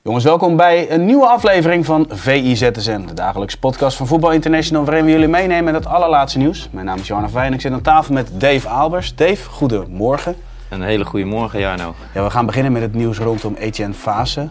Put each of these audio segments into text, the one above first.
Jongens, welkom bij een nieuwe aflevering van VIZSM, de dagelijkse podcast van Voetbal International, waarin we jullie meenemen met het allerlaatste nieuws. Mijn naam is Johan Fijn en ik zit aan tafel met Dave Albers. Dave, goedemorgen. Een hele goede morgen, Jarno. Ja, we gaan beginnen met het nieuws rondom Etienne Fase.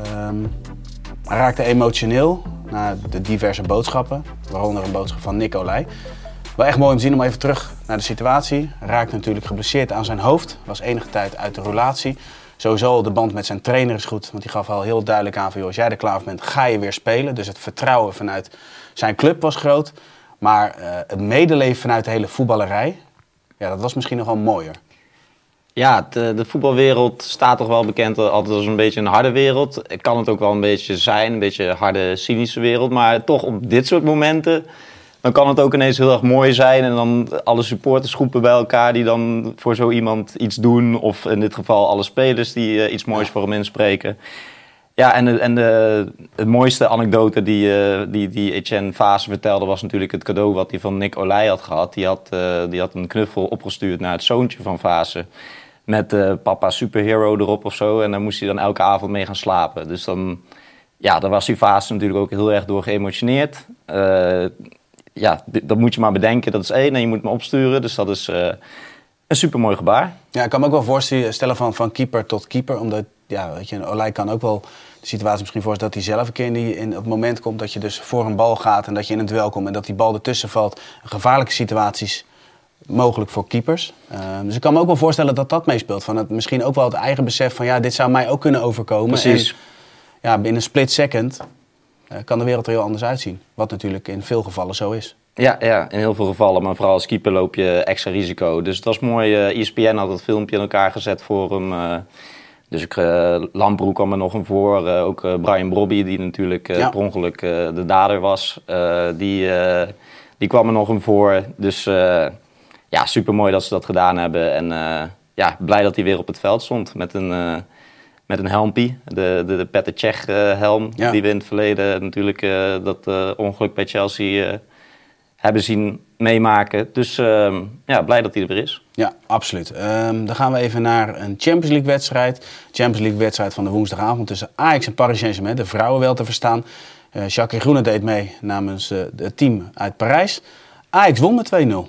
Hij raakte emotioneel na de diverse boodschappen, waaronder een boodschap van Nick Olij. Wel echt mooi om te zien, om even terug naar de situatie. Hij raakte natuurlijk geblesseerd aan zijn hoofd, was enige tijd uit de roulatie. Sowieso de band met zijn trainer is goed, want die gaf al heel duidelijk aan van, joh, als jij er klaar voor bent, ga je weer spelen. Dus het vertrouwen vanuit zijn club was groot. Maar het medeleven vanuit de hele voetballerij, ja, dat was misschien nog wel mooier. Ja, de voetbalwereld staat toch wel bekend altijd als een beetje een harde wereld. Kan het ook wel een beetje zijn, een beetje een harde, cynische wereld. Maar toch op dit soort momenten, dan kan het ook ineens heel erg mooi zijn. En dan alle supportersgroepen bij elkaar die dan voor zo iemand iets doen. Of in dit geval alle spelers die iets moois voor hem inspreken. Ja, en de mooiste anekdote die Etienne Fase vertelde was natuurlijk het cadeau wat hij van Nick Olij had gehad. Die had een knuffel opgestuurd naar het zoontje van Fase. Met papa superhero erop of zo. En daar moest hij dan elke avond mee gaan slapen. Dus dan, ja, daar was die Fase natuurlijk ook heel erg door geëmotioneerd. Ja, dat moet je maar bedenken. Dat is één en je moet me opsturen. Dus dat is een supermooi gebaar. Ja, ik kan me ook wel voorstellen van keeper tot keeper. Omdat, ja, weet je, Olij kan ook wel de situatie misschien voorstellen dat hij zelf een keer in het moment komt dat je dus voor een bal gaat en dat je in een duel komt en dat die bal ertussen valt. Gevaarlijke situaties mogelijk voor keepers. Dus ik kan me ook wel voorstellen dat dat meespeelt. Van het, misschien ook wel het eigen besef van, ja, dit zou mij ook kunnen overkomen. Precies. En ja, binnen een split second kan de wereld er heel anders uitzien. Wat natuurlijk in veel gevallen zo is. Ja, in heel veel gevallen. Maar vooral als keeper loop je extra risico. Dus het was mooi. ESPN had het filmpje in elkaar gezet voor hem. Dus Lamproe kwam er nog een voor. Ook Brian Brobby, die natuurlijk per ongeluk de dader was. Die kwam er nog een voor. Dus ja, supermooi dat ze dat gedaan hebben. En ja, blij dat hij weer op het veld stond met een helmpie. De Petr Cech helm die we in het verleden natuurlijk dat ongeluk bij Chelsea hebben zien meemaken. Dus ja, blij dat hij er weer is. Ja, absoluut. Dan gaan we even naar een Champions League wedstrijd. Champions League wedstrijd van de woensdagavond tussen Ajax en Paris Saint-Germain. De vrouwen wel te verstaan. Jacques Groene deed mee namens het team uit Parijs. Ajax won met 2-0.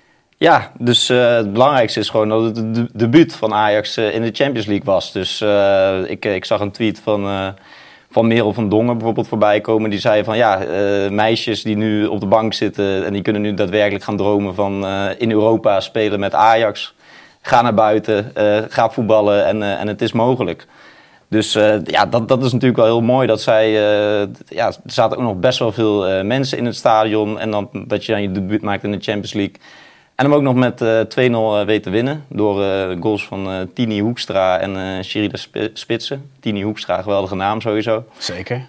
Ja, dus het belangrijkste is gewoon dat het de debuut van Ajax in de Champions League was. Dus ik zag een tweet van Merel van Dongen bijvoorbeeld voorbij komen. Die zei van ja, meisjes die nu op de bank zitten en die kunnen nu daadwerkelijk gaan dromen van in Europa spelen met Ajax. Ga naar buiten, ga voetballen en het is mogelijk. Dus ja, dat is natuurlijk wel heel mooi dat zij... ja, er zaten ook nog best wel veel mensen in het stadion en dat je dan je debuut maakt in de Champions League. En hem ook nog met 2-0 weten winnen door goals van Tini Hoekstra en Sherida Spitsen. Tini Hoekstra, geweldige naam sowieso. Zeker.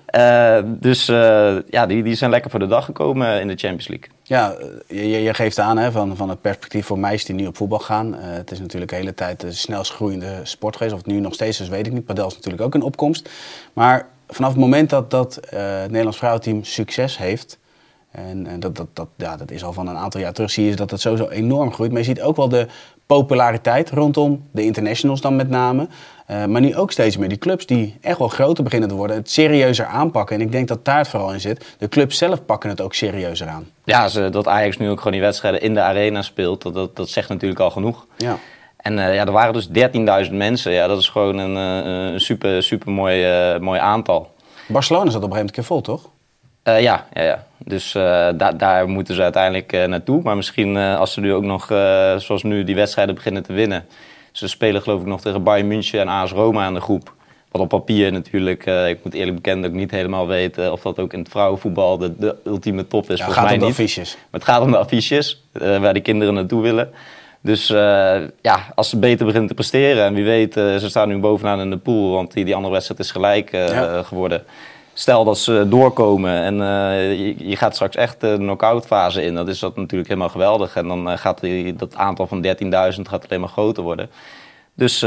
Dus ja, die zijn lekker voor de dag gekomen in de Champions League. Ja, je geeft aan hè, van het perspectief voor meisjes die nu op voetbal gaan. Het is natuurlijk de hele tijd de snelst groeiende sport geweest. Of het nu nog steeds is, weet ik niet. Padel is natuurlijk ook een opkomst. Maar vanaf het moment dat het Nederlands vrouwenteam succes heeft... En dat is al van een aantal jaar terug, zie je dat het sowieso enorm groeit. Maar je ziet ook wel de populariteit rondom de internationals dan met name. Maar nu ook steeds meer die clubs die echt wel groter beginnen te worden. Het serieuzer aanpakken. En ik denk dat daar het vooral in zit. De clubs zelf pakken het ook serieuzer aan. Ja, dat Ajax nu ook gewoon die wedstrijden in de arena speelt, dat zegt natuurlijk al genoeg. Ja. En ja, er waren dus 13.000 mensen. Ja, dat is gewoon een super mooi aantal. Barcelona zat op een gegeven moment een keer vol, toch? Ja. Dus daar moeten ze uiteindelijk naartoe. Maar misschien als ze nu ook nog, zoals nu, die wedstrijden beginnen te winnen. Ze spelen geloof ik nog tegen Bayern München en AS Roma in de groep. Wat op papier natuurlijk, ik moet eerlijk bekennen dat ik niet helemaal weet of dat ook in het vrouwenvoetbal de ultieme top is. Ja, volgens mij niet. Het gaat om de affiches. Maar het gaat om de affiches, waar de kinderen naartoe willen. Dus ja, als ze beter beginnen te presteren. En wie weet, ze staan nu bovenaan in de pool, want die andere wedstrijd is gelijk geworden. Stel dat ze doorkomen en je gaat straks echt de knock-out fase in. Dan is dat natuurlijk helemaal geweldig. En dan gaat dat aantal van 13.000 gaat alleen maar groter worden. Dus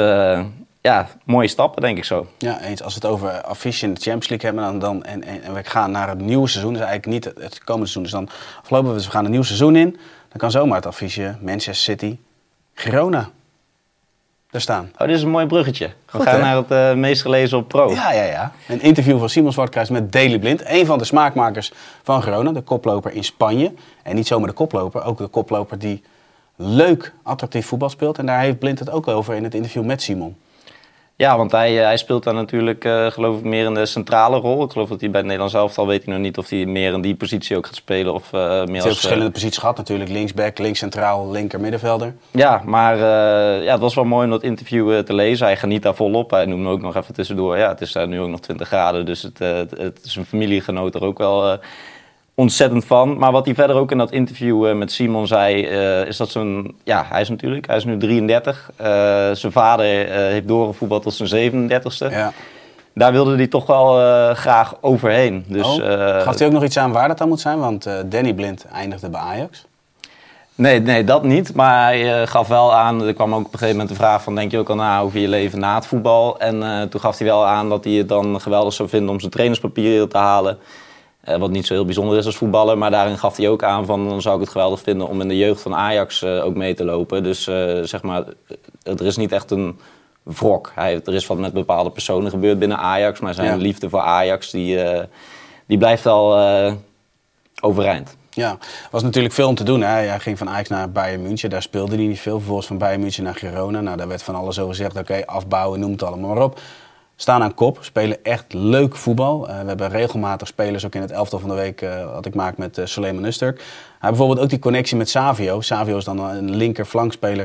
ja, mooie stappen denk ik zo. Ja, eens. Als we het over affiche in de Champions League hebben en we gaan naar het nieuwe seizoen. Dus eigenlijk niet het komende seizoen. Dus dan afgelopen we gaan een nieuw seizoen in. Dan kan zomaar het affiche Manchester City, Girona. daar staan. Oh, dit is een mooi bruggetje. We Goed, gaan hè? naar het meest gelezen op Pro. Ja. Een interview van Simon Zwartkruis met Daley Blind. Een van de smaakmakers van Girona. De koploper in Spanje. En niet zomaar de koploper. Ook de koploper die leuk, attractief voetbal speelt. En daar heeft Blind het ook over in het interview met Simon. Ja, want hij speelt dan natuurlijk, geloof ik, meer in de centrale rol. Ik geloof dat hij bij het Nederlands elftal, weet hij nog niet of hij meer in die positie ook gaat spelen. Of meer Hij als heeft verschillende posities gehad natuurlijk. Linksback, linkscentraal, linker middenvelder. Ja, maar het was wel mooi om dat interview te lezen. Hij geniet daar volop. Hij noemt ook nog even tussendoor. Ja, het is daar nu ook nog 20 graden, dus het is een familiegenoot er ook wel ontzettend van. Maar wat hij verder ook in dat interview met Simon zei, is dat hij is nu 33. Zijn vader heeft doorgevoetbald tot zijn 37ste. Ja. Daar wilde hij toch wel graag overheen. Dus, Gaf hij ook nog iets aan waar dat dan moet zijn? Want Danny Blind eindigde bij Ajax. Nee, dat niet. Maar hij gaf wel aan, er kwam ook op een gegeven moment de vraag van, denk je ook al na over je leven na het voetbal? En toen gaf hij wel aan dat hij het dan geweldig zou vinden om zijn trainerspapieren te halen. Wat niet zo heel bijzonder is als voetballer, maar daarin gaf hij ook aan van, dan zou ik het geweldig vinden om in de jeugd van Ajax ook mee te lopen. Dus zeg maar, er is niet echt een wrok. Er is wat met bepaalde personen gebeurd binnen Ajax, maar zijn liefde voor Ajax, die blijft al overeind. Ja, er was natuurlijk veel om te doen. Hè? Hij ging van Ajax naar Bayern München, daar speelde hij niet veel. Vervolgens van Bayern München naar Girona. Nou, daar werd van alles over gezegd. Oké, afbouwen, noem het allemaal maar op. Staan aan kop, spelen echt leuk voetbal. We hebben regelmatig spelers, ook in het elftal van de week, wat ik maak met Suleiman Öztürk. Hij heeft bijvoorbeeld ook die connectie met Savio. Savio is dan een linker flankspeler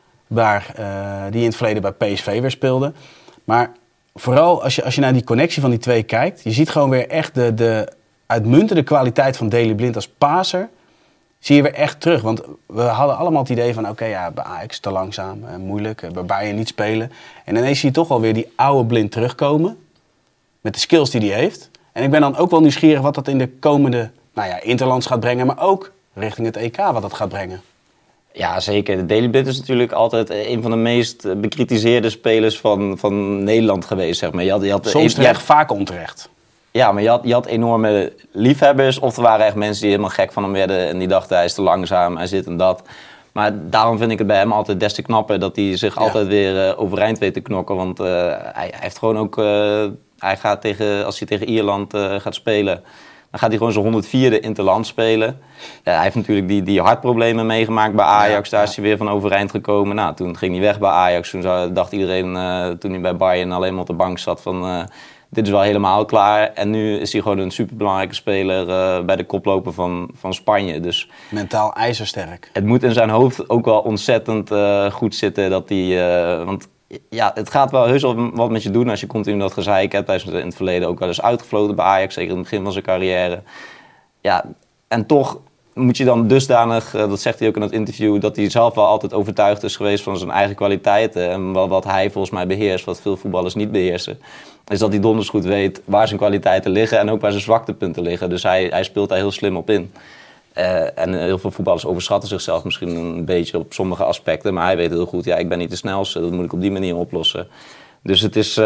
die in het verleden bij PSV weer speelde. Maar vooral als je naar die connectie van die twee kijkt, je ziet gewoon weer echt de uitmuntende kwaliteit van Daley Blind als paser. Zie je weer echt terug. Want we hadden allemaal het idee van, bij Ajax te langzaam, moeilijk, bij Bayern niet spelen. En ineens zie je toch alweer die oude Blind terugkomen. Met de skills die hij heeft. En ik ben dan ook wel nieuwsgierig wat dat in de komende interlands gaat brengen. Maar ook richting het EK wat dat gaat brengen. Ja, zeker. Daley Blind is natuurlijk altijd een van de meest bekritiseerde spelers van Nederland geweest. Zeg maar. Soms terecht, vaak onterecht. Ja, maar je had enorme liefhebbers. Of er waren echt mensen die helemaal gek van hem werden. En die dachten, hij is te langzaam, hij zit en dat. Maar daarom vind ik het bij hem altijd des te knapper dat hij zich altijd weer overeind weet te knokken. Want hij heeft gewoon ook... hij gaat als hij tegen Ierland gaat spelen, dan gaat hij gewoon zijn 104e interland spelen. Hij heeft natuurlijk die hartproblemen meegemaakt bij Ajax. Daar is hij weer van overeind gekomen. Nou, toen ging hij weg bij Ajax. Toen dacht iedereen, toen hij bij Bayern alleen maar op de bank zat, van... dit is wel helemaal klaar. En nu is hij gewoon een superbelangrijke speler bij de koploper van Spanje. Dus mentaal ijzersterk. Het moet in zijn hoofd ook wel ontzettend goed zitten. Dat hij, want ja, het gaat wel heus wel wat met je doen als je continu dat gezeik hebt. Hij is in het verleden ook wel eens uitgefloten bij Ajax. Zeker in het begin van zijn carrière. Ja, en toch moet je dan dusdanig, dat zegt hij ook in dat interview, dat hij zelf wel altijd overtuigd is geweest van zijn eigen kwaliteiten. En wat hij volgens mij beheerst, wat veel voetballers niet beheersen, is dat hij donders goed weet waar zijn kwaliteiten liggen en ook waar zijn zwaktepunten liggen. Dus hij speelt daar heel slim op in. En heel veel voetballers overschatten zichzelf misschien een beetje op sommige aspecten. Maar hij weet heel goed, ik ben niet de snelste, dat moet ik op die manier oplossen. Dus het is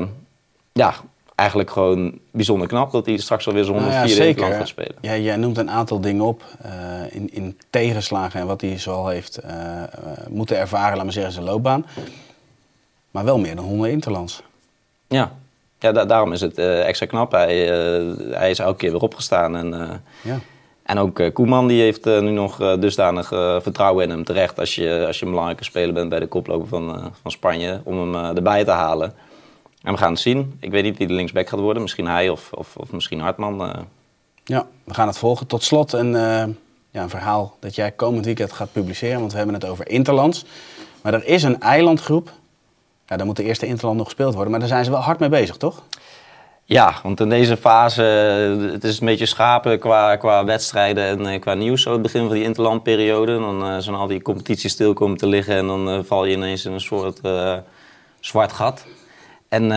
eigenlijk gewoon bijzonder knap dat hij straks alweer zo'n 104 in het land gaat spelen. Ja, jij noemt een aantal dingen op in tegenslagen en wat hij zoal heeft moeten ervaren, laat maar zeggen, zijn loopbaan. Maar wel meer dan 100 interlands. Ja, daarom is het extra knap. Hij is elke keer weer opgestaan. En ook Koeman die heeft nu nog dusdanig vertrouwen in hem terecht. Als je een belangrijke speler bent bij de koploper van Spanje, om hem erbij te halen. En we gaan het zien. Ik weet niet wie de linksback gaat worden. Misschien hij of misschien Hartman. Ja, we gaan het volgen. Tot slot een verhaal dat jij komend weekend gaat publiceren. Want we hebben het over interlands. Maar er is een eilandgroep. Ja, daar moet de eerste interland nog gespeeld worden. Maar daar zijn ze wel hard mee bezig, toch? Ja, want in deze fase, het is een beetje schapen qua wedstrijden en qua nieuws. Zo het begin van die interlandperiode. Dan zijn al die competities stil komen te liggen en dan val je ineens in een soort zwart gat. En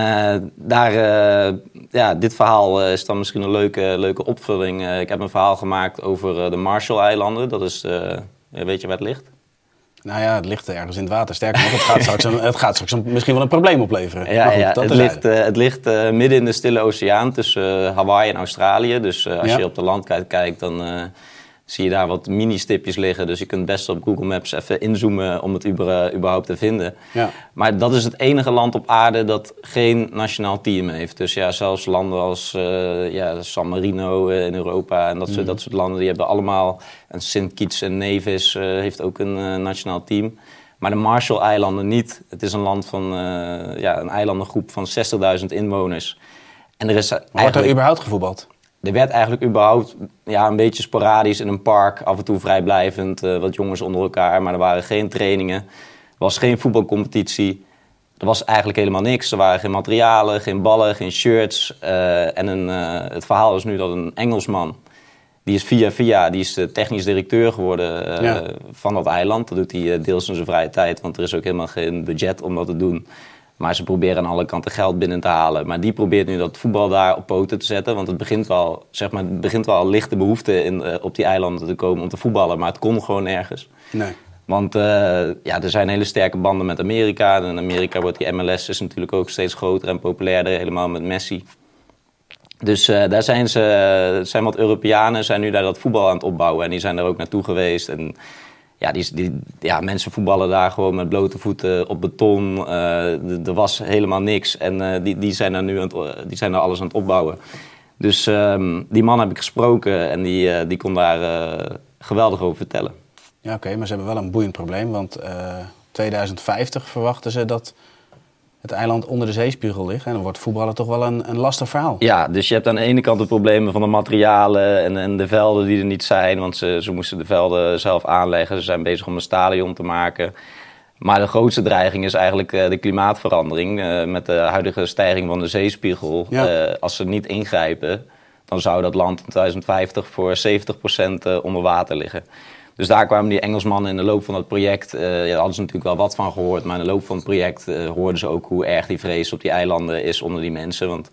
dit verhaal is dan misschien een leuke opvulling. Ik heb een verhaal gemaakt over de Marshall-eilanden. Dat is, weet je waar het ligt? Nou ja, het ligt ergens in het water. Sterker nog, het gaat straks misschien wel een probleem opleveren. Ja, het ligt midden in de Stille Oceaan tussen Hawaii en Australië. Dus als je op de landkaart kijkt, dan zie je daar wat mini-stipjes liggen. Dus je kunt best op Google Maps even inzoomen om het überhaupt te vinden. Ja. Maar dat is het enige land op aarde dat geen nationaal team heeft. Dus ja, zelfs landen als San Marino in Europa en dat soort landen, die hebben allemaal... En Sint Kitts en Nevis heeft ook een nationaal team. Maar de Marshall-eilanden niet. Het is een land van een eilandengroep van 60.000 inwoners. En er is Wordt er überhaupt gevoetbald? Er werd eigenlijk überhaupt een beetje sporadisch in een park, af en toe vrijblijvend, wat jongens onder elkaar. Maar er waren geen trainingen, er was geen voetbalcompetitie. Er was eigenlijk helemaal niks. Er waren geen materialen, geen ballen, geen shirts. Het verhaal is nu dat een Engelsman, die is die is de technisch directeur geworden van dat eiland. Dat doet hij deels in zijn vrije tijd, want er is ook helemaal geen budget om dat te doen. Maar ze proberen aan alle kanten geld binnen te halen. Maar die probeert nu dat voetbal daar op poten te zetten. Want het begint wel lichte behoefte op die eilanden te komen om te voetballen. Maar het kon gewoon nergens. Nee. Want er zijn hele sterke banden met Amerika. En in Amerika wordt die MLS is natuurlijk ook steeds groter en populairder. Helemaal met Messi. Dus daar zijn wat Europeanen zijn nu daar dat voetbal aan het opbouwen. En die zijn er ook naartoe geweest. En mensen voetballen daar gewoon met blote voeten op beton. Er was helemaal niks. En die zijn daar alles aan het opbouwen. Dus die man heb ik gesproken en die kon daar geweldig over vertellen. Ja, oké, maar ze hebben wel een boeiend probleem. Want 2050 verwachten ze dat het eiland onder de zeespiegel ligt. En dan wordt voetballen toch wel een lastig verhaal. Ja, dus je hebt aan de ene kant de problemen van de materialen en de velden die er niet zijn. Want ze moesten de velden zelf aanleggen. Ze zijn bezig om een stadion te maken. Maar de grootste dreiging is eigenlijk de klimaatverandering. Met de huidige stijging van de zeespiegel. Ja. Als ze niet ingrijpen, dan zou dat land in 2050 voor 70% onder water liggen. Dus daar kwamen die Engelsmannen in de loop van het project, daar hadden ze natuurlijk wel wat van gehoord, maar in de loop van het project hoorden ze ook hoe erg die vrees op die eilanden is onder die mensen. Want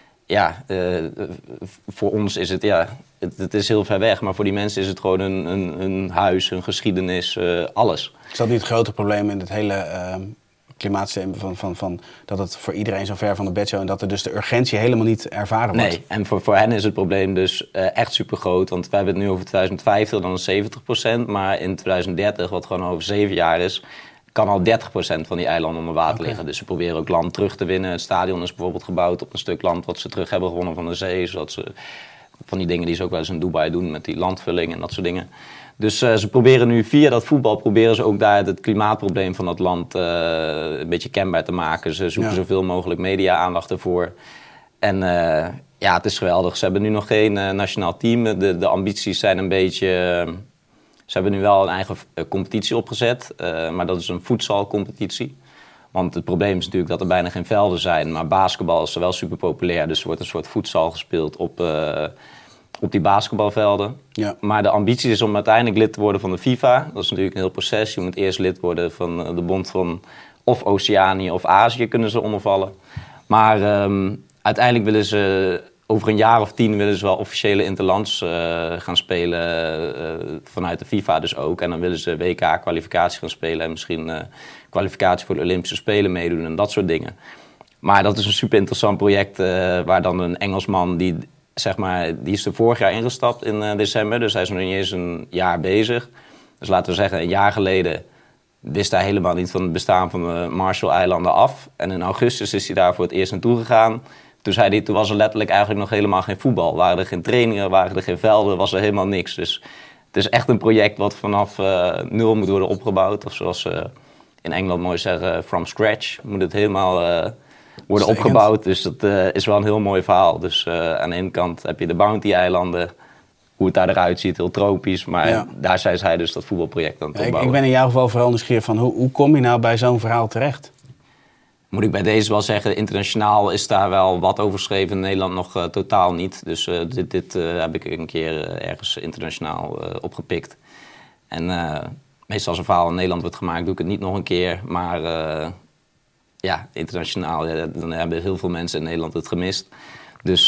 voor ons is het is heel ver weg, maar voor die mensen is het gewoon een huis, een geschiedenis, alles. Is dat niet het grote probleem in het hele klimaatsysteem van dat het voor iedereen zo ver van de bedshow en dat er dus de urgentie helemaal niet ervaren wordt? Nee, en voor hen is het probleem dus echt super groot. Want we hebben het nu over 2050, dan is 70%. Maar in 2030, wat gewoon over 7 jaar is, kan al 30% van die eilanden onder water liggen. Dus ze proberen ook land terug te winnen. Het stadion is bijvoorbeeld gebouwd op een stuk land wat ze terug hebben gewonnen van de zee. Zodat ze van die dingen die ze ook wel eens in Dubai doen met die landvulling en dat soort dingen. Dus ze proberen nu via dat voetbal proberen ze ook daar het klimaatprobleem van dat land een beetje kenbaar te maken. Ze zoeken zoveel mogelijk media-aandacht ervoor. En het is geweldig. Ze hebben nu nog geen nationaal team. De ambities zijn een beetje... Ze hebben nu wel een eigen competitie opgezet, maar dat is een voetbalcompetitie. Want het probleem is natuurlijk dat er bijna geen velden zijn. Maar basketbal is wel super populair, dus er wordt een soort voedsel gespeeld op die basketbalvelden. Ja. Maar de ambitie is om uiteindelijk lid te worden van de FIFA. Dat is natuurlijk een heel proces. Je moet eerst lid worden van de bond van of Oceanië of Azië kunnen ze ondervallen. Maar uiteindelijk willen ze over een jaar of 10 willen ze wel officiële interlands gaan spelen vanuit de FIFA dus ook. En dan willen ze WK-kwalificatie gaan spelen en misschien kwalificatie voor de Olympische Spelen meedoen en dat soort dingen. Maar dat is een super interessant project waar dan een Engelsman die is er vorig jaar ingestapt in december. Dus hij is nog niet eens een jaar bezig. Dus laten we zeggen, een jaar geleden wist hij helemaal niet van het bestaan van de Marshall-eilanden af. En in augustus is hij daar voor het eerst naartoe gegaan. Toen was er letterlijk eigenlijk nog helemaal geen voetbal. Waren er geen trainingen, waren er geen velden, was er helemaal niks. Dus het is echt een project wat vanaf nul moet worden opgebouwd. Of zoals ze in Engeland mooi zeggen, from scratch moet het helemaal worden opgebouwd. Dus dat is wel een heel mooi verhaal. Dus aan de ene kant heb je de Bounty-eilanden, hoe het daar eruit ziet, heel tropisch. Maar daar zijn zij dus dat voetbalproject aan het opbouwen. Ik ben in jouw geval vooral nieuwsgierig van hoe kom je nou bij zo'n verhaal terecht? Moet ik bij deze wel zeggen, internationaal is daar wel wat over geschreven. In Nederland nog totaal niet. Dus dit heb ik een keer ergens internationaal opgepikt. En meestal als een verhaal in Nederland wordt gemaakt, doe ik het niet nog een keer. Maar internationaal, dan hebben heel veel mensen in Nederland het gemist. Dus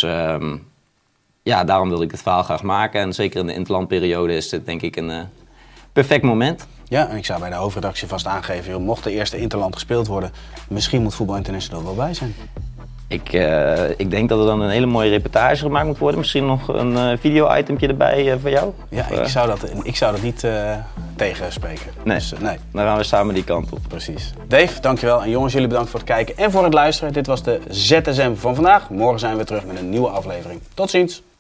daarom wilde ik het verhaal graag maken. En zeker in de interlandperiode is dit denk ik een perfect moment. Ja, en ik zou bij de hoofdredactie vast aangeven, mocht de eerste interland gespeeld worden, misschien moet Voetbal International wel bij zijn. Ik denk dat er dan een hele mooie reportage gemaakt moet worden. Misschien nog een video-itempje erbij voor jou? Ja, ik zou dat niet tegenspreken. Nee. Dus, nee, dan gaan we samen die kant op. Precies. Dave, dankjewel. En jongens, jullie bedankt voor het kijken en voor het luisteren. Dit was de ZSM van vandaag. Morgen zijn we terug met een nieuwe aflevering. Tot ziens.